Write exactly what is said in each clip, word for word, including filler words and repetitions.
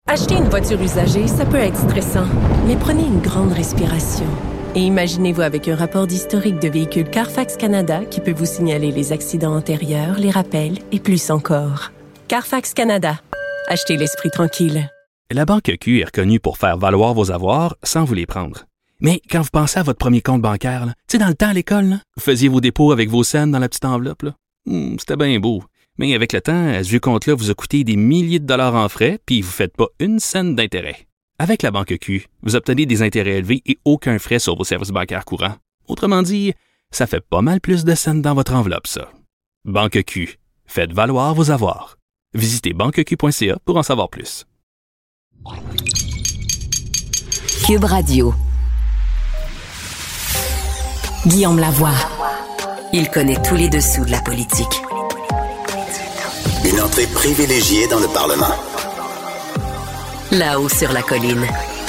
Acheter une voiture usagée, ça peut être stressant, mais prenez une grande respiration. Et imaginez-vous avec un rapport d'historique de véhicule Carfax Canada qui peut vous signaler les accidents antérieurs, les rappels et plus encore. Carfax Canada. Achetez l'esprit tranquille. La Banque Q est reconnue pour faire valoir vos avoirs sans vous les prendre. Mais quand vous pensez à votre premier compte bancaire, tu sais, dans le temps à l'école, là, vous faisiez vos dépôts avec vos scènes dans la petite enveloppe. Là. Hmm, c'était bien beau. Mais avec le temps, ce vieux compte-là vous a coûté des milliers de dollars en frais, puis vous ne faites pas une scène d'intérêt. Avec la Banque Q, vous obtenez des intérêts élevés et aucun frais sur vos services bancaires courants. Autrement dit, ça fait pas mal plus de scènes dans votre enveloppe, ça. Banque Q. Faites valoir vos avoirs. Visitez banque q point c a pour en savoir plus. Cube Radio. Guillaume Lavoie. Il connaît tous les dessous de la politique. Une entrée privilégiée dans le Parlement. Là-haut sur la colline.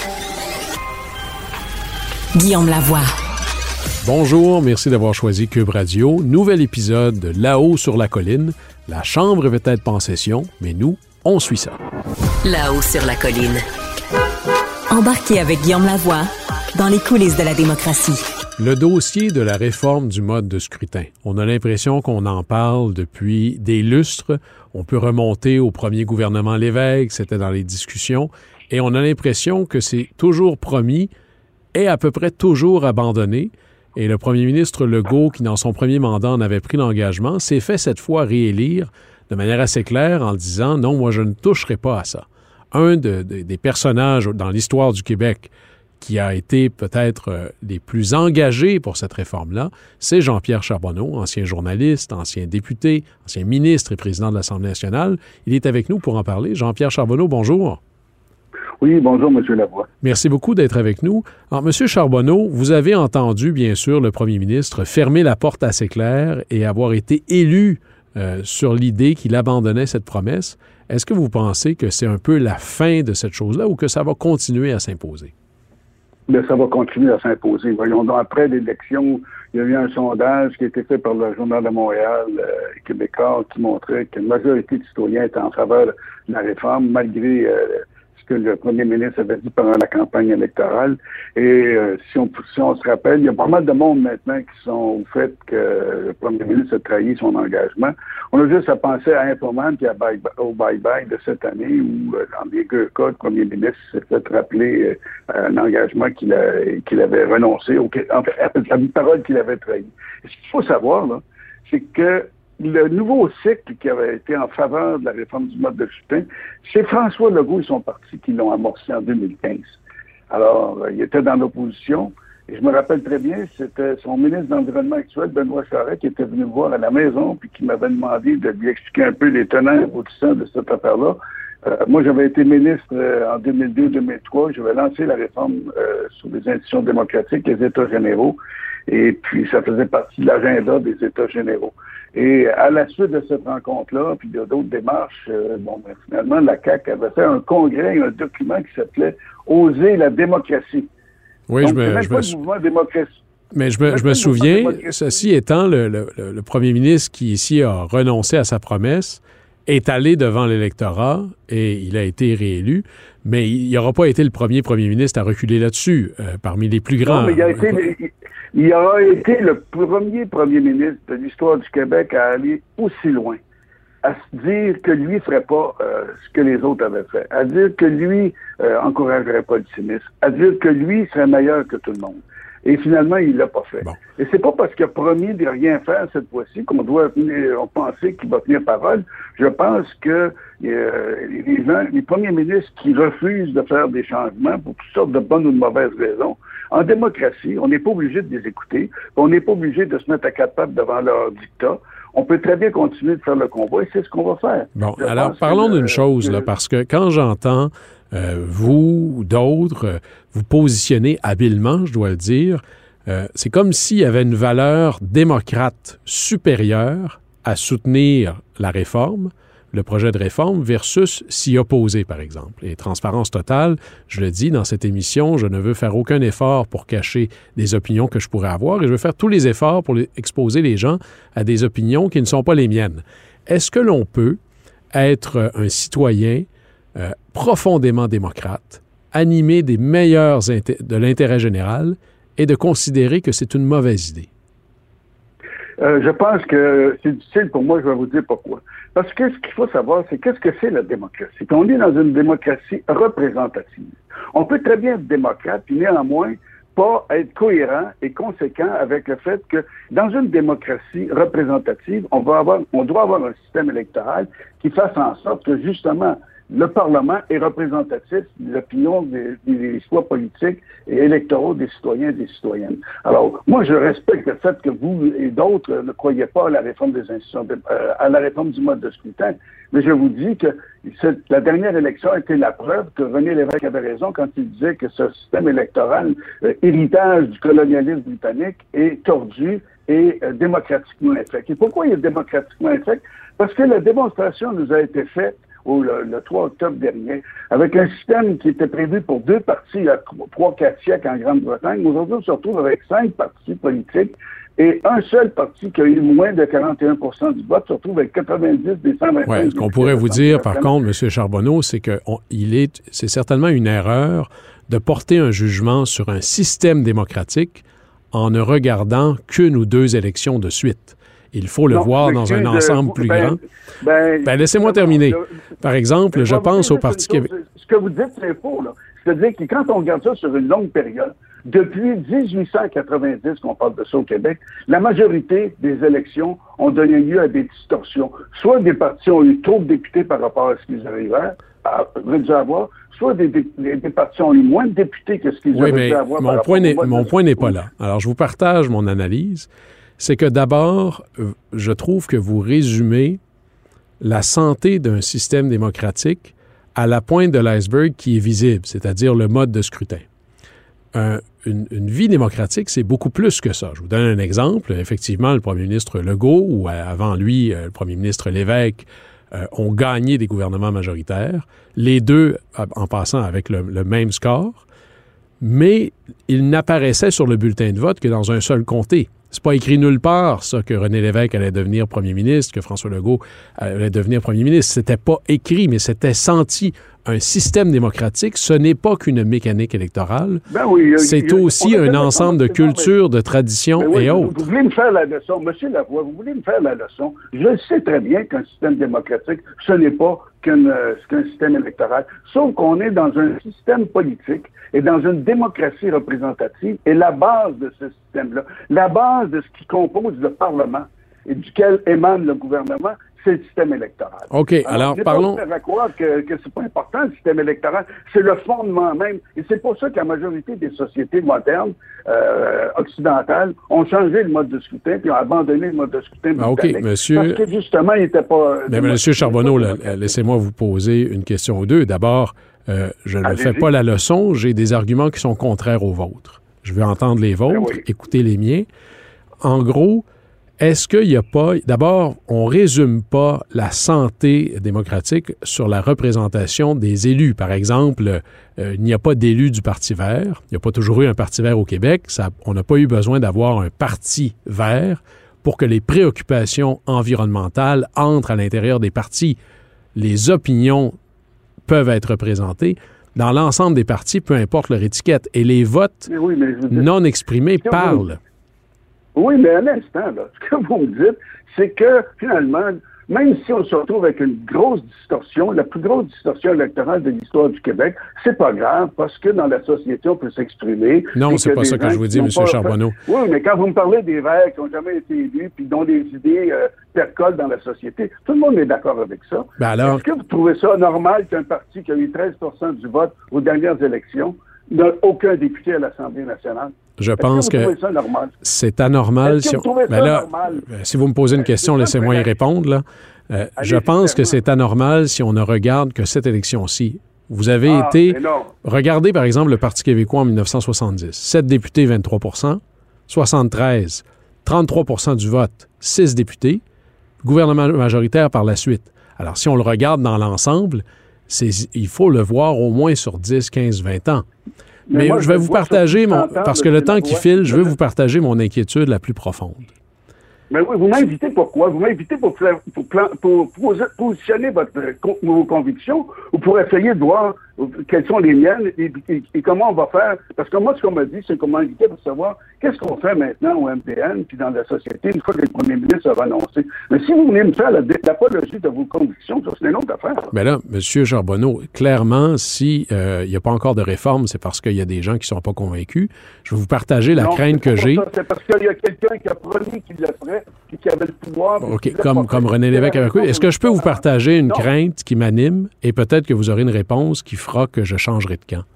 Guillaume Lavoie. Bonjour, merci d'avoir choisi Cube Radio. Nouvel épisode de Là-haut sur la colline. La Chambre est peut-être pas en session, mais nous, on suit ça. Là-haut sur la colline. Embarquez avec Guillaume Lavoie dans les coulisses de la démocratie. Le dossier de la réforme du mode de scrutin. On a l'impression qu'on en parle depuis des lustres. On peut remonter au premier gouvernement Lévesque, c'était dans les discussions. Et on a l'impression que c'est toujours promis et à peu près toujours abandonné. Et le premier ministre Legault, qui dans son premier mandat en avait pris l'engagement, s'est fait cette fois réélire de manière assez claire en disant « Non, moi je ne toucherai pas à ça ». Un de, de, des personnages dans l'histoire du Québec qui a été peut-être euh, les plus engagés pour cette réforme-là, c'est Jean-Pierre Charbonneau, ancien journaliste, ancien député, ancien ministre et président de l'Assemblée nationale. Il est avec nous pour en parler. Jean-Pierre Charbonneau, bonjour. Oui, bonjour, M. Lavoie. Merci beaucoup d'être avec nous. Alors, M. Charbonneau, vous avez entendu, bien sûr, le premier ministre fermer la porte assez claire et avoir été élu euh, sur l'idée qu'il abandonnait cette promesse. Est-ce que vous pensez que c'est un peu la fin de cette chose-là ou que ça va continuer à s'imposer? Bien, ça va continuer à s'imposer. Voyons donc, après l'élection, il y a eu un sondage qui a été fait par le Journal de Montréal, euh, québécois, qui montrait qu'une majorité de citoyens étaient en faveur de la réforme, malgré euh, ce que le premier ministre avait dit pendant la campagne électorale. Et euh, si, on, si on se rappelle, il y a pas mal de monde maintenant qui sont au fait que le premier ministre a trahi son engagement. On a juste à penser à Infoman et à bye, au bye-bye de cette année où, euh, dans les deux cas, le premier ministre s'est fait rappeler euh, un engagement qu'il, a, qu'il avait renoncé, au, en fait, à une parole qu'il avait trahi. Et ce qu'il faut savoir, là, c'est que le nouveau cycle qui avait été en faveur de la réforme du mode de scrutin, c'est François Legault et son parti qui l'ont amorcé en deux mille quinze. Alors, euh, il était dans l'opposition. Et je me rappelle très bien, c'était son ministre de l'Environnement actuel, Benoît Charest, qui était venu me voir à la maison puis qui m'avait demandé de lui expliquer un peu les tenants et aboutissants de cette affaire-là. Euh, moi, j'avais été ministre euh, en deux mille deux deux mille trois. J'avais lancé la réforme euh, sur les institutions démocratiques, les États généraux. Et puis, ça faisait partie de l'agenda des États généraux. Et à la suite de cette rencontre-là, puis de d'autres démarches, euh, bon, ben, finalement, la C A Q avait fait un congrès, un document qui s'appelait « Oser la démocratie ». Oui, Donc, je me, c'est même je pas me, le mouvement démocratie. Mais je me, je me souviens, ceci étant, le, le, le premier ministre qui ici a renoncé à sa promesse est allé devant l'électorat et il a été réélu, mais il n'aura pas été le premier premier ministre à reculer là-dessus, euh, parmi les plus grands. Non, mais il a été, il, il aura été le premier premier ministre de l'histoire du Québec à aller aussi loin, à se dire que lui ne ferait pas euh, ce que les autres avaient fait, à dire que lui euh, encouragerait pas le cynisme, à dire que lui serait meilleur que tout le monde. Et finalement, il l'a pas fait. Bon. Et c'est pas parce qu'il a promis de rien faire cette fois-ci qu'on doit venir, on penser qu'il va tenir parole. Je pense que euh, les gens, les premiers ministres qui refusent de faire des changements pour toutes sortes de bonnes ou de mauvaises raisons, en démocratie, on n'est pas obligé de les écouter, on n'est pas obligé de se mettre à quatre pattes devant leur dictat. On peut très bien continuer de faire le combat et c'est ce qu'on va faire. Bon, je alors parlons que, d'une euh, chose, là, parce que quand j'entends euh, vous ou d'autres euh, vous positionner habilement, je dois le dire, euh, c'est comme s'il y avait une valeur démocrate supérieure à soutenir la réforme, le projet de réforme, versus s'y opposer, par exemple. Et transparence totale, je le dis dans cette émission, je ne veux faire aucun effort pour cacher des opinions que je pourrais avoir et je veux faire tous les efforts pour les, exposer les gens à des opinions qui ne sont pas les miennes. Est-ce que l'on peut être un citoyen euh, profondément démocrate, animé des meilleurs inté- de l'intérêt général et de considérer que c'est une mauvaise idée? Euh, je pense que c'est difficile pour moi, je vais vous dire pourquoi. Parce que ce qu'il faut savoir, c'est qu'est-ce que c'est la démocratie. On est dans une démocratie représentative. On peut très bien être démocrate, puis néanmoins pas être cohérent et conséquent avec le fait que dans une démocratie représentative, on va avoir, on doit avoir un système électoral qui fasse en sorte que justement le Parlement est représentatif de l'opinion des, des choix politiques et électoraux des citoyens et des citoyennes. Alors, moi, je respecte le fait que vous et d'autres ne croyez pas à la réforme des institutions, de, euh, à la réforme du mode de scrutin. Mais je vous dis que cette, la dernière élection a été la preuve que René Lévesque avait raison quand il disait que ce système électoral, euh, héritage du colonialisme britannique, est tordu et euh, démocratiquement infect. Et pourquoi il est démocratiquement infect? Parce que la démonstration nous a été faite au, le, le trois octobre dernier, avec un système qui était prévu pour deux partis il y a trois, quatre siècles en Grande-Bretagne. Aujourd'hui, on se retrouve avec cinq partis politiques et un seul parti qui a eu moins de quarante et un pour cent du vote se retrouve avec quatre-vingt-dix des cent vingt-cinq. Ouais, ce qu'on pourrait vous dire, par contre, M. Charbonneau, c'est que on, il est, c'est certainement une erreur de porter un jugement sur un système démocratique en ne regardant qu'une ou deux élections de suite. Il faut le non, voir dans un ensemble de, plus ben, grand. Ben, ben, laissez-moi terminer. Par exemple, je pense au Parti québécois. Ce que vous dites, c'est faux, là. C'est-à-dire que quand on regarde ça sur une longue période, depuis dix-huit cent quatre-vingt-dix qu'on parle de ça au Québec, la majorité des élections ont donné lieu à des distorsions. Soit des partis ont eu trop de députés par rapport à ce qu'ils arrivaient à dû avoir, soit des, des, des partis ont eu moins de députés que ce qu'ils oui, auraient dû avoir. Mon point n'est, mon point n'est pas là. Alors, je vous partage mon analyse. C'est que d'abord, je trouve que vous résumez la santé d'un système démocratique à la pointe de l'iceberg qui est visible, c'est-à-dire le mode de scrutin. Un, une, une vie démocratique, c'est beaucoup plus que ça. Je vous donne un exemple. Effectivement, le premier ministre Legault, ou avant lui, le premier ministre Lévesque, euh, ont gagné des gouvernements majoritaires, les deux en passant avec le, le même score, mais ils n'apparaissaient sur le bulletin de vote que dans un seul comté. C'est pas écrit nulle part, ça, que René Lévesque allait devenir premier ministre, que François Legault allait devenir premier ministre. C'était pas écrit, mais c'était senti. Un système démocratique, ce n'est pas qu'une mécanique électorale. Ben oui, c'est il, aussi un ensemble de cultures, de traditions oui, et vous, autres. Vous voulez me faire la leçon, Monsieur Lavoie, vous voulez me faire la leçon. Je sais très bien qu'un système démocratique, ce n'est pas qu'un, euh, qu'un système électoral. Sauf qu'on est dans un système politique et dans une démocratie représentative. Et la base de ce système-là, la base de ce qui compose le Parlement et duquel émane le gouvernement, c'est le système électoral. OK, alors, alors parlons... Je ne vais pas croire que, que c'est pas important, le système électoral. C'est le fondement même. Et c'est pour ça que la majorité des sociétés modernes, euh, occidentales, ont changé le mode de scrutin puis ont abandonné le mode de scrutin ah, OK, monsieur... Parce que, justement, il n'était pas... Mais, monsieur Charbonneau, là, laissez-moi vous poser une question ou deux. D'abord, euh, je ne fais pas la leçon. J'ai des arguments qui sont contraires aux vôtres. Je veux entendre les vôtres, ben oui. Écouter les miens. En gros... Est-ce qu'il n'y a pas... D'abord, on ne résume pas la santé démocratique sur la représentation des élus. Par exemple, euh, il n'y a pas d'élus du Parti vert. Il n'y a pas toujours eu un Parti vert au Québec. Ça, on n'a pas eu besoin d'avoir un Parti vert pour que les préoccupations environnementales entrent à l'intérieur des partis. Les opinions peuvent être représentées dans l'ensemble des partis, peu importe leur étiquette. Et les votes oui, non exprimés parlent. Oui, mais à l'instant, là, ce que vous me dites, c'est que, finalement, même si on se retrouve avec une grosse distorsion, la plus grosse distorsion électorale de l'histoire du Québec, c'est pas grave, parce que dans la société, on peut s'exprimer. Non, c'est pas ça que je vous dis, M. Charbonneau. Fait... Oui, mais quand vous me parlez des Verts qui n'ont jamais été élus, puis dont des idées euh, percolent dans la société, tout le monde est d'accord avec ça. Ben alors... Est-ce que vous trouvez ça normal qu'un parti qui a eu treize pour cent du vote aux dernières élections n'a aucun député à l'Assemblée nationale? Je pense que, que c'est anormal. Si, on... ben là, normal? si vous me posez une question, laissez-moi y répondre. Là. Euh, je pense que c'est anormal si on ne regarde que cette élection-ci. Vous avez ah, été... Regardez, par exemple, le Parti québécois en dix-neuf cent soixante-dix. sept députés, vingt-trois pour cent. soixante-treize, trente-trois pour cent du vote, six députés. Gouvernement majoritaire par la suite. Alors, si on le regarde dans l'ensemble, c'est, il faut le voir au moins sur dix, quinze, vingt ans. Mais, Mais moi, je vais vous partager, mon, parce que le temps qui file, je veux vous partager mon inquiétude la plus profonde. Mais oui, vous m'invitez pourquoi? Vous m'invitez pour, pour, pour, pour positionner votre, vos convictions ou pour essayer de voir quelles sont les miennes et, et, et comment on va faire. Parce que moi, ce qu'on m'a dit, c'est qu'on m'a invité pour savoir qu'est-ce qu'on fait maintenant au M P N puis dans la société une fois que le premier ministre a renoncé. Mais si vous venez me faire la, l'apologie de vos convictions, ça, c'est une autre affaire. Mais là, M. Charbonneau, clairement, si il euh, n'y a pas encore de réforme, c'est parce qu'il y a des gens qui ne sont pas convaincus. Je vais vous partager la non, crainte que j'ai. Ça, c'est parce qu'il y a quelqu'un qui a promis qu'il le ferait et qui avait le pouvoir. OK, comme, comme René Lévesque avec eux. Est-ce que je peux vous partager une non. crainte qui m'anime et peut-être que vous aurez une réponse qui fera que je changerai de camp?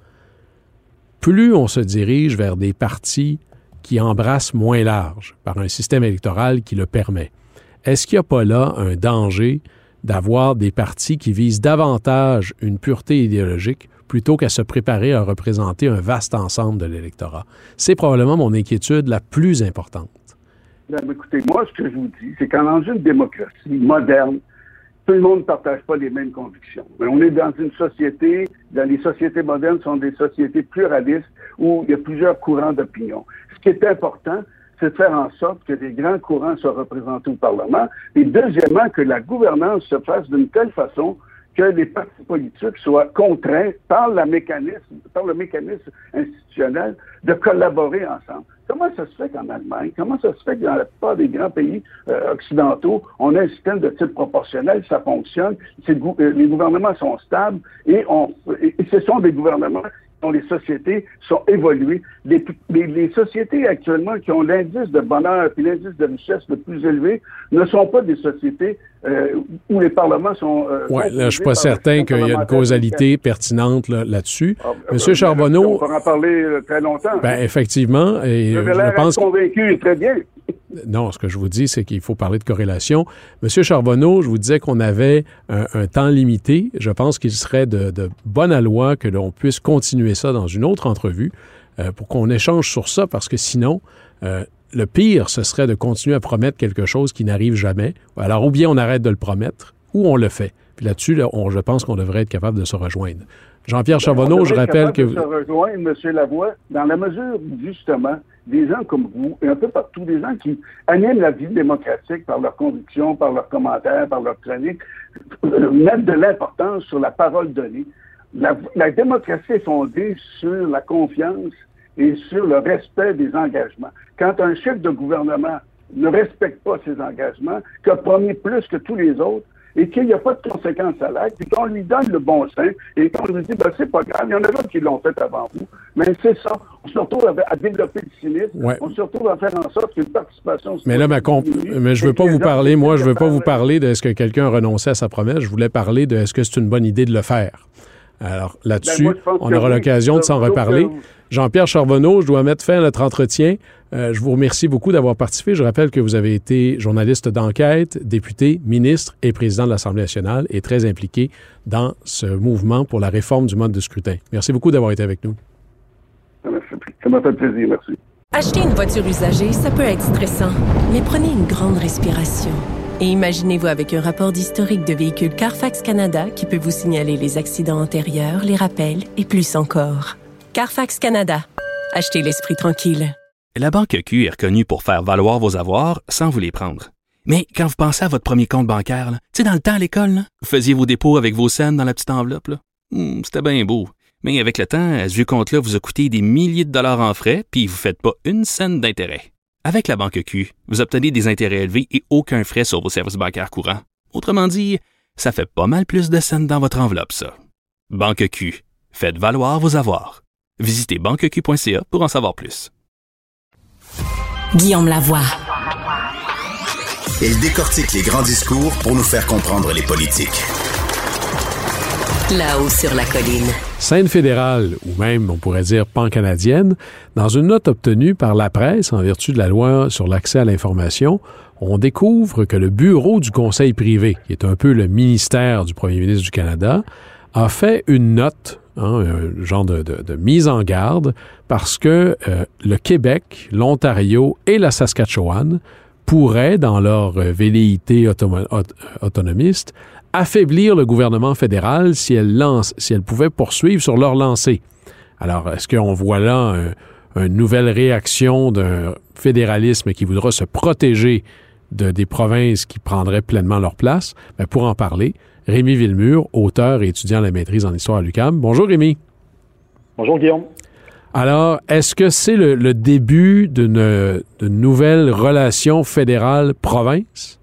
Plus on se dirige vers des partis qui embrassent moins large par un système électoral qui le permet, est-ce qu'il n'y a pas là un danger d'avoir des partis qui visent davantage une pureté idéologique plutôt qu'à se préparer à représenter un vaste ensemble de l'électorat? C'est probablement mon inquiétude la plus importante. Bien, écoutez, moi, ce que je vous dis, c'est qu'en une démocratie moderne, tout le monde ne partage pas les mêmes convictions. Mais on est dans une société, dans les sociétés modernes sont des sociétés pluralistes où il y a plusieurs courants d'opinion. Ce qui est important, c'est de faire en sorte que les grands courants soient représentés au Parlement et deuxièmement, que la gouvernance se fasse d'une telle façon que les partis politiques soient contraints par, la mécanisme, par le mécanisme institutionnel de collaborer ensemble. Comment ça se fait qu'en Allemagne, comment ça se fait que dans la plupart des grands pays euh, occidentaux, on a un système de type proportionnel, ça fonctionne, c'est, les gouvernements sont stables et, on, et, et ce sont des gouvernements dont les sociétés sont évoluées. Les, les, les sociétés actuellement qui ont l'indice de bonheur et l'indice de richesse le plus élevé ne sont pas des sociétés euh, où les parlements sont... Euh, oui, là, je ne suis pas certain qu'il y a une causalité pertinente là, là-dessus. Ah, Monsieur euh, Charbonneau... On pourra en parler très longtemps. Ben, effectivement. Et je, je pense convaincu, très bien. Non, ce que je vous dis, c'est qu'il faut parler de corrélation. Monsieur Charbonneau, je vous disais qu'on avait un, un temps limité. Je pense qu'il serait de, de bonne loi que l'on puisse continuer ça dans une autre entrevue euh, pour qu'on échange sur ça, parce que sinon, euh, le pire, ce serait de continuer à promettre quelque chose qui n'arrive jamais. Alors, ou bien on arrête de le promettre, ou on le fait. Puis là-dessus, là, on, je pense qu'on devrait être capable de se rejoindre. Jean-Pierre Charbonneau, ben, je rappelle que... de se rejoindre, M. Lavoie, dans la mesure, justement, des gens comme vous, et un peu partout, des gens qui animent la vie démocratique par leurs convictions, par leurs commentaires, par leurs chroniques, euh, mettent de l'importance sur la parole donnée. La, la démocratie est fondée sur la confiance et sur le respect des engagements. Quand un chef de gouvernement ne respecte pas ses engagements, qui a promis plus que tous les autres, et qu'il n'y a pas de conséquences à l'acte, et qu'on lui donne le bon sens, et qu'on lui dit, ben, c'est pas grave, il y en a d'autres qui l'ont fait avant vous, mais c'est ça. On se retrouve à, à développer le cynisme, ouais. On se retrouve à faire en sorte qu'une participation... Mais là, ma comp... mais je veux pas vous parler, moi, je veux pas vous parler de est-ce que quelqu'un a renoncé à sa promesse, je voulais parler de est-ce que c'est une bonne idée de le faire. Alors, là-dessus, ben moi, on aura oui, l'occasion de s'en reparler. Jean-Pierre Charbonneau, je dois mettre fin à notre entretien. Euh, je vous remercie beaucoup d'avoir participé. Je rappelle que vous avez été journaliste d'enquête, député, ministre et président de l'Assemblée nationale et très impliqué dans ce mouvement pour la réforme du mode de scrutin. Merci beaucoup d'avoir été avec nous. Ça m'a fait plaisir, merci. Acheter une voiture usagée, ça peut être stressant, mais prenez une grande respiration. Et imaginez-vous avec un rapport d'historique de véhicule Carfax Canada qui peut vous signaler les accidents antérieurs, les rappels et plus encore. Carfax Canada. Achetez l'esprit tranquille. La Banque Q est reconnue pour faire valoir vos avoirs sans vous les prendre. Mais quand vous pensez à votre premier compte bancaire, tu sais, dans le temps à l'école, là, vous faisiez vos dépôts avec vos scènes dans la petite enveloppe. Là. Hum, c'était bien beau. Mais avec le temps, ce vieux compte-là vous a coûté des milliers de dollars en frais, puis vous ne faites pas une scène d'intérêt. Avec la Banque Q, vous obtenez des intérêts élevés et aucun frais sur vos services bancaires courants. Autrement dit, ça fait pas mal plus de scènes dans votre enveloppe, ça. Banque Q. Faites valoir vos avoirs. Visitez banque q point c a pour en savoir plus. Guillaume Lavoie. Il décortique les grands discours pour nous faire comprendre les politiques. Là-haut sur la colline. Scène fédérale, ou même, on pourrait dire, pan-canadienne, dans une note obtenue par la presse en vertu de la loi sur l'accès à l'information, on découvre que le bureau du Conseil privé, qui est un peu le ministère du premier ministre du Canada, a fait une note, hein, un genre de, de, de mise en garde, parce que euh, le Québec, l'Ontario et la Saskatchewan pourraient, dans leur velléité auto- aut- autonomiste, affaiblir le gouvernement fédéral si elle lance, si elle pouvait poursuivre sur leur lancée. Alors, est-ce qu'on voit là un, une nouvelle réaction d'un fédéralisme qui voudra se protéger de, des provinces qui prendraient pleinement leur place? Bien, pour en parler, Rémi Villemure, auteur et étudiant à la maîtrise en histoire à l'U Q A M. Bonjour Rémi. Bonjour Guillaume. Alors, est-ce que c'est le, le début d'une, d'une nouvelle relation fédérale-province?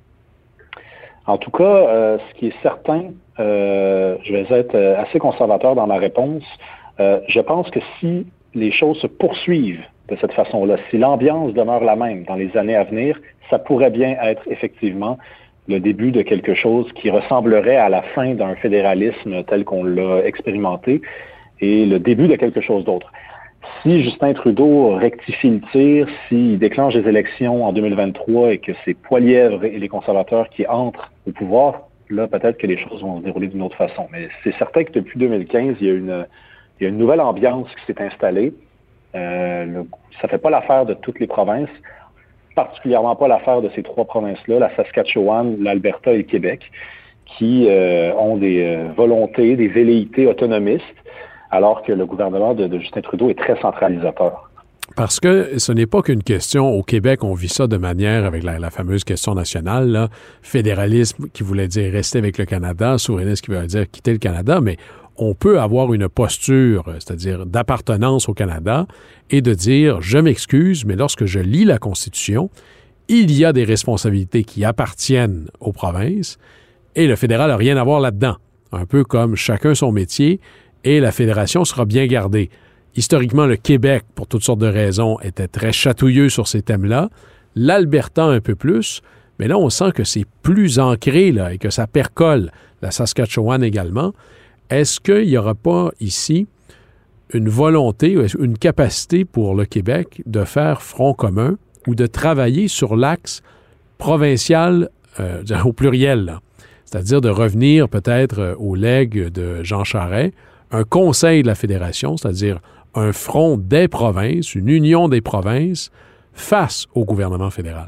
En tout cas, euh, ce qui est certain, euh, je vais être assez conservateur dans ma réponse. Euh, je pense que si les choses se poursuivent de cette façon-là, si l'ambiance demeure la même dans les années à venir, ça pourrait bien être effectivement le début de quelque chose qui ressemblerait à la fin d'un fédéralisme tel qu'on l'a expérimenté et le début de quelque chose d'autre. Si Justin Trudeau rectifie le tir, s'il déclenche des élections en deux mille vingt-trois et que c'est Poilievre et les conservateurs qui entrent au pouvoir, là, peut-être que les choses vont se dérouler d'une autre façon. Mais c'est certain que depuis deux mille quinze, il y a une, il y a une nouvelle ambiance qui s'est installée. Euh, le, ça fait pas l'affaire de toutes les provinces, particulièrement pas l'affaire de ces trois provinces-là, la Saskatchewan, l'Alberta et le Québec, qui euh, ont des euh, volontés, des velléités autonomistes, alors que le gouvernement de, de Justin Trudeau est très centralisateur. Parce que ce n'est pas qu'une question. Au Québec, on vit ça de manière, avec la, la fameuse question nationale, là, fédéralisme qui voulait dire rester avec le Canada, souverainisme qui veut dire quitter le Canada, mais on peut avoir une posture, c'est-à-dire d'appartenance au Canada, et de dire, je m'excuse, mais lorsque je lis la Constitution, il y a des responsabilités qui appartiennent aux provinces, et le fédéral n'a rien à voir là-dedans. Un peu comme chacun son métier, et la fédération sera bien gardée. Historiquement, le Québec, pour toutes sortes de raisons, était très chatouilleux sur ces thèmes-là. L'Alberta, un peu plus. Mais là, on sent que c'est plus ancré là, et que ça percole. La Saskatchewan également. Est-ce qu'il n'y aura pas ici une volonté, une capacité pour le Québec de faire front commun ou de travailler sur l'axe provincial, euh, au pluriel, là? C'est-à-dire de revenir peut-être au legs de Jean Charest, un conseil de la fédération, c'est-à-dire un front des provinces, une union des provinces face au gouvernement fédéral?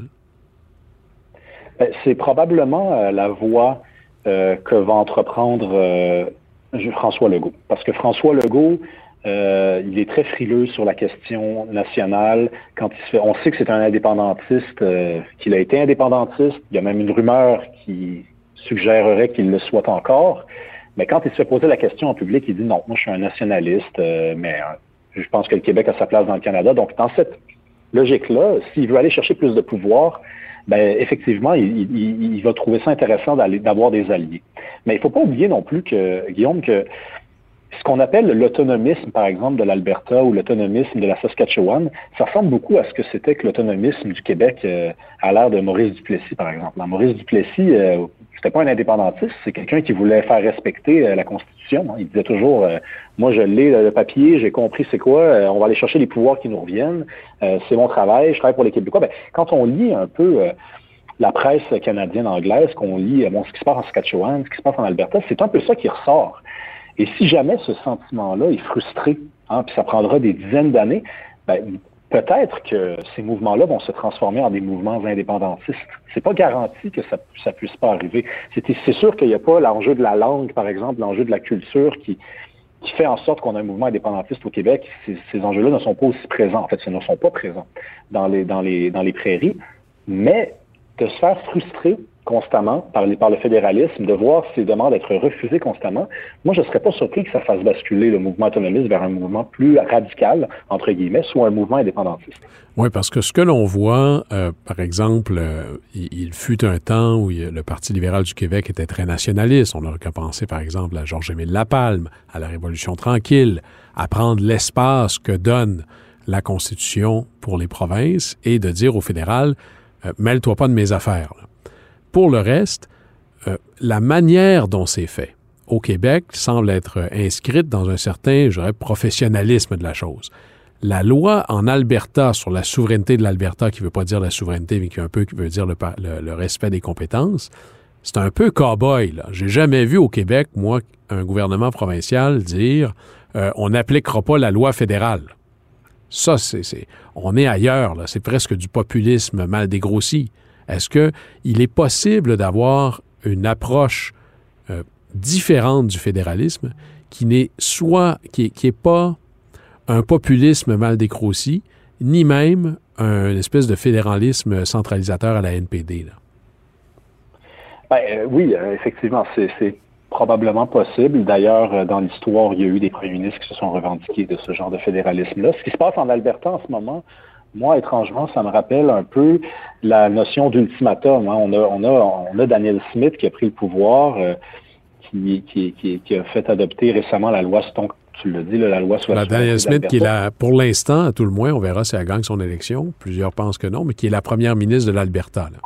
C'est probablement euh, la voie euh, que va entreprendre euh, François Legault. Parce que François Legault, euh, il est très frileux sur la question nationale. Quand il se fait, on sait que c'est un indépendantiste, euh, qu'il a été indépendantiste. Il y a même une rumeur qui suggérerait qu'il le soit encore. Mais quand il se fait poser la question en public, il dit non, moi je suis un nationaliste, euh, mais euh, je pense que le Québec a sa place dans le Canada. Donc dans cette logique-là, s'il veut aller chercher plus de pouvoir, ben effectivement, il, il, il va trouver ça intéressant d'aller, d'avoir des alliés. Mais il ne faut pas oublier non plus que, Guillaume, que ce qu'on appelle l'autonomisme, par exemple, de l'Alberta ou l'autonomisme de la Saskatchewan, ça ressemble beaucoup à ce que c'était que l'autonomisme du Québec euh, à l'ère de Maurice Duplessis, par exemple. Dans Maurice Duplessis, euh, c'était pas un indépendantiste, c'est quelqu'un qui voulait faire respecter euh, la Constitution. Hein. Il disait toujours, euh, moi je l'ai, le papier, j'ai compris c'est quoi, euh, on va aller chercher les pouvoirs qui nous reviennent, euh, c'est mon travail, je travaille pour les Québécois. Ben, quand on lit un peu euh, la presse canadienne anglaise, qu'on lit euh, bon, ce qui se passe en Saskatchewan, ce qui se passe en Alberta, c'est un peu ça qui ressort. Et si jamais ce sentiment-là est frustré, hein, puis ça prendra des dizaines d'années, ben, peut-être que ces mouvements-là vont se transformer en des mouvements indépendantistes. C'est pas garanti que ça, ça puisse pas arriver. C'est, c'est sûr qu'il n'y a pas l'enjeu de la langue, par exemple, l'enjeu de la culture qui, qui fait en sorte qu'on a un mouvement indépendantiste au Québec. Ces, ces enjeux-là ne sont pas aussi présents. En fait, ils ne sont pas présents dans les, dans les, dans les prairies. Mais de se faire frustrer constamment par, les, par le fédéralisme, de voir ces demandes être refusées constamment, moi, je ne serais pas surpris que ça fasse basculer le mouvement autonomiste vers un mouvement plus radical, entre guillemets, soit un mouvement indépendantiste. Oui, parce que ce que l'on voit, euh, par exemple, euh, il, il fut un temps où il, le Parti libéral du Québec était très nationaliste. On aurait qu'à penser, par exemple, à Georges-Émile Lapalme, à la Révolution tranquille, à prendre l'espace que donne la Constitution pour les provinces et de dire au fédéral, euh, mêle-toi pas de mes affaires, là. Pour le reste, euh, la manière dont c'est fait au Québec semble être inscrite dans un certain, je dirais, professionnalisme de la chose. La loi en Alberta sur la souveraineté de l'Alberta, qui ne veut pas dire la souveraineté, mais qui un peu qui veut dire le, le, le respect des compétences, c'est un peu cow-boy, là. J'ai jamais vu au Québec, moi, un gouvernement provincial dire euh, on n'appliquera pas la loi fédérale. Ça, c'est, c'est on est ailleurs, là. C'est presque du populisme mal dégrossi. Est-ce qu'il est possible d'avoir une approche euh, différente du fédéralisme qui n'est soit qui est, qui est pas un populisme mal dégrossi, ni même un, une espèce de fédéralisme centralisateur à la N P D, là. Ben, euh, oui, euh, effectivement, c'est, c'est probablement possible. D'ailleurs, euh, dans l'histoire, il y a eu des premiers ministres qui se sont revendiqués de ce genre de fédéralisme-là. Ce qui se passe en Alberta en ce moment, moi, étrangement, ça me rappelle un peu la notion d'ultimatum. Hein. On a, on a, on a Danielle Smith qui a pris le pouvoir, euh, qui, qui, qui, qui a fait adopter récemment la loi, donc tu l'as dit, là, la loi sur la souveraineté Danielle Smith, qui est la, pour l'instant, à tout le moins, on verra si elle gagne son élection. Plusieurs pensent que non, mais qui est la première ministre de l'Alberta, là.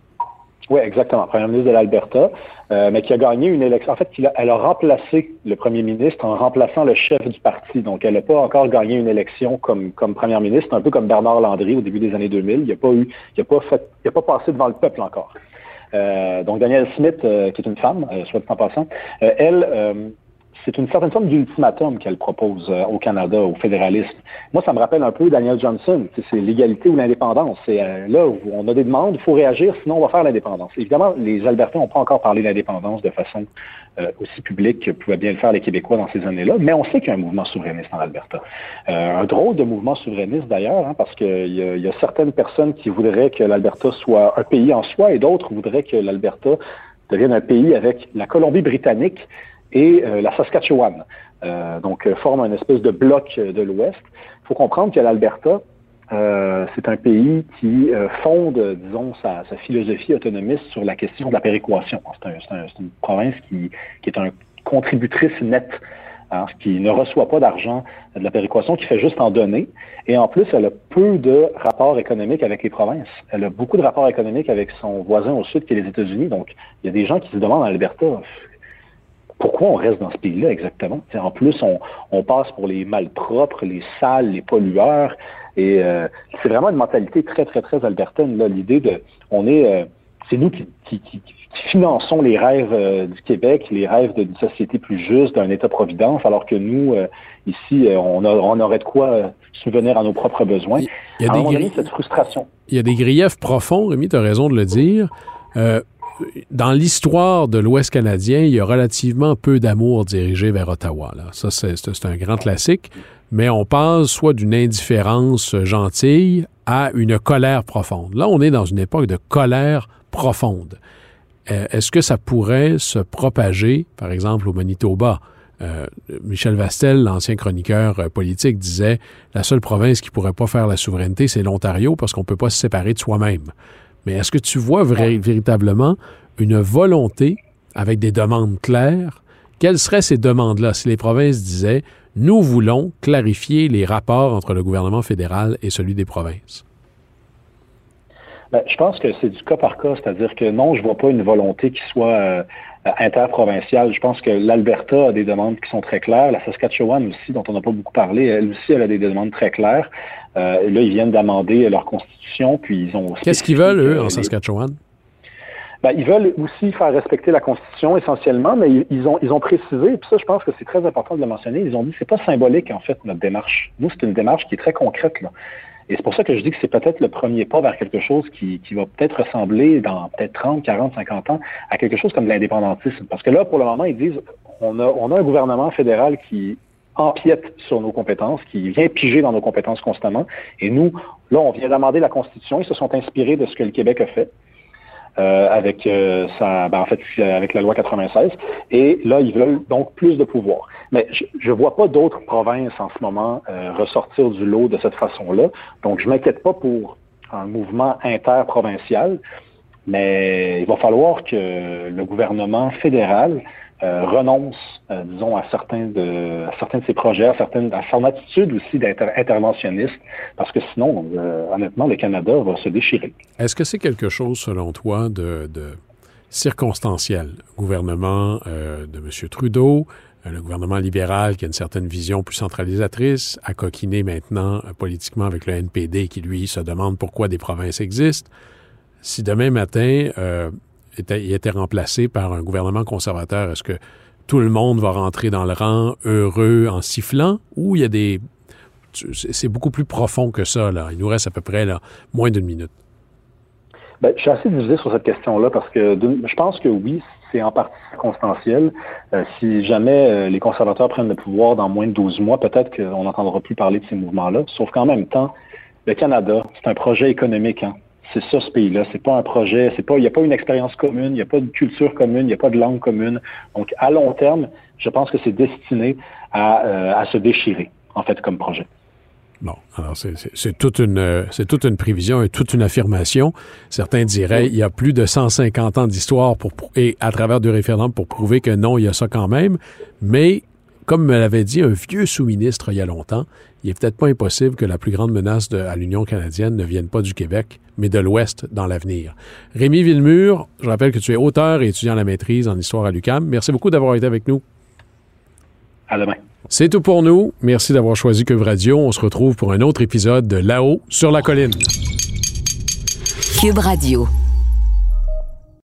Oui, exactement. Première ministre de l'Alberta, euh, mais qui a gagné une élection. En fait, elle a, elle a remplacé le premier ministre en remplaçant le chef du parti. Donc, elle n'a pas encore gagné une élection comme, comme première ministre, un peu comme Bernard Landry au début des années deux mille. Il n'a pas eu, il n'a pas fait, il n'a pas passé devant le peuple encore. Euh, donc, Danielle Smith, euh, qui est une femme, euh, soit dit en passant, euh, elle, euh, c'est une certaine forme d'ultimatum qu'elle propose euh, au Canada, au fédéralisme. Moi, ça me rappelle un peu Daniel Johnson. C'est l'égalité ou l'indépendance. C'est euh, là où on a des demandes, il faut réagir, sinon on va faire l'indépendance. Évidemment, les Albertains n'ont pas encore parlé d'indépendance de façon euh, aussi publique que pouvaient bien le faire les Québécois dans ces années-là, mais on sait qu'il y a un mouvement souverainiste en Alberta. Euh, un drôle de mouvement souverainiste d'ailleurs, hein, parce qu'il y, y a certaines personnes qui voudraient que l'Alberta soit un pays en soi et d'autres voudraient que l'Alberta devienne un pays avec la Colombie-Britannique et euh, la Saskatchewan. Euh, donc, euh, forme une espèce de bloc euh, de l'Ouest. Il faut comprendre que l'Alberta, euh, c'est un pays qui euh, fonde, disons, sa, sa philosophie autonomiste sur la question de la péréquation. C'est, un, c'est, un, c'est une province qui, qui est une contributrice nette, hein, qui ne reçoit pas d'argent de la péréquation, qui fait juste en donner. Et en plus, elle a peu de rapports économiques avec les provinces. Elle a beaucoup de rapports économiques avec son voisin au sud, qui est les États-Unis. Donc, il y a des gens qui se demandent en Alberta, pourquoi on reste dans ce pays-là exactement? T'sais, en plus, on, on passe pour les malpropres, les sales, les pollueurs. Et euh, c'est vraiment une mentalité très, très, très albertaine, là, l'idée de... on est, euh, c'est nous qui, qui, qui, qui finançons les rêves euh, du Québec, les rêves d'une société plus juste, d'un État-providence, alors que nous, euh, ici, euh, on, a, on aurait de quoi euh, subvenir à nos propres besoins. Il y a, à des un gri... donné, cette frustration. Il y a des griefs profonds, Rémi, tu as raison de le dire. Euh, Dans l'histoire de l'Ouest canadien, il y a relativement peu d'amour dirigé vers Ottawa. Là. Ça, c'est, c'est un grand classique. Mais on passe soit d'une indifférence gentille à une colère profonde. Là, on est dans une époque de colère profonde. Euh, est-ce que ça pourrait se propager, par exemple, au Manitoba? Euh, Michel Vastel, l'ancien chroniqueur euh, politique, disait « La seule province qui pourrait pas faire la souveraineté, c'est l'Ontario, parce qu'on peut pas se séparer de soi-même. » Mais est-ce que tu vois vrai, véritablement une volonté avec des demandes claires? Quelles seraient ces demandes-là si les provinces disaient « Nous voulons clarifier les rapports entre le gouvernement fédéral et celui des provinces » ? Ben, je pense que c'est du cas par cas, c'est-à-dire que non, je vois pas une volonté qui soit euh, interprovinciale. Je pense que l'Alberta a des demandes qui sont très claires. La Saskatchewan aussi, dont on n'a pas beaucoup parlé, elle aussi, elle a des demandes très claires. Euh, là, ils viennent d'amender leur constitution, puis ils ont... Qu'est-ce qu'ils veulent, eux, en Saskatchewan? Ben, ils veulent aussi faire respecter la Constitution essentiellement, mais ils, ils ont ils ont précisé, puis ça, je pense que c'est très important de le mentionner, ils ont dit que c'est pas symbolique, en fait, notre démarche. Nous, c'est une démarche qui est très concrète, là. Et c'est pour ça que je dis que c'est peut-être le premier pas vers quelque chose qui, qui va peut-être ressembler dans peut-être trente, quarante, cinquante ans à quelque chose comme l'indépendantisme. Parce que là, pour le moment, ils disent on a, on a un gouvernement fédéral qui empiète sur nos compétences, qui vient piger dans nos compétences constamment. Et nous, là, on vient d'amender la Constitution. Ils se sont inspirés de ce que le Québec a fait. Euh, avec euh, sa, ben en fait avec la loi quatre-vingt-seize, et là ils veulent donc plus de pouvoir. Mais je, je vois pas d'autres provinces en ce moment euh, ressortir du lot de cette façon-là, donc je m'inquiète pas pour un mouvement interprovincial, mais il va falloir que le gouvernement fédéral euh, renonce, euh, disons, à certains de à certains de ses projets, à certaines à son attitude aussi d'interventionniste, parce que sinon, euh, honnêtement, le Canada va se déchirer. Est-ce que c'est quelque chose, selon toi, de, de circonstanciel? Le gouvernement euh, de M. Trudeau, euh, le gouvernement libéral qui a une certaine vision plus centralisatrice, a coquiné maintenant euh, politiquement avec le N P D qui, lui, se demande pourquoi des provinces existent. Si demain matin, euh, était, il était remplacé par un gouvernement conservateur, est-ce que tout le monde va rentrer dans le rang heureux en sifflant, ou il y a des... C'est beaucoup plus profond que ça, là. Il nous reste à peu près là, moins d'une minute. Ben, je suis assez divisé sur cette question-là parce que je pense que oui, c'est en partie circonstanciel. Euh, si jamais euh, les conservateurs prennent le pouvoir dans moins de douze mois, peut-être qu'on n'entendra plus parler de ces mouvements-là. Sauf qu'en même temps, Le Canada, c'est un projet économique, hein. C'est ça, ce pays-là. C'est pas un projet, c'est pas, il n'y a pas une expérience commune, il n'y a pas de culture commune, il n'y a pas de langue commune. Donc, à long terme, je pense que c'est destiné à, euh, à se déchirer, en fait, comme projet. Bon, alors c'est, c'est, c'est, toute une, c'est toute une prévision et toute une affirmation. Certains diraient il y a plus de cent cinquante ans d'histoire pour, et à travers du référendum pour prouver que non, il y a ça quand même. Mais, comme me l'avait dit un vieux sous-ministre il y a longtemps, il est peut-être pas impossible que la plus grande menace de, à l'Union canadienne ne vienne pas du Québec, mais de l'Ouest dans l'avenir. Rémi Villemure, je rappelle que tu es auteur et étudiant à la maîtrise en histoire à l'U Q A M. Merci beaucoup d'avoir été avec nous. À demain. C'est tout pour nous. Merci d'avoir choisi Cube Radio. On se retrouve pour un autre épisode de Là-haut sur la colline. Cube Radio.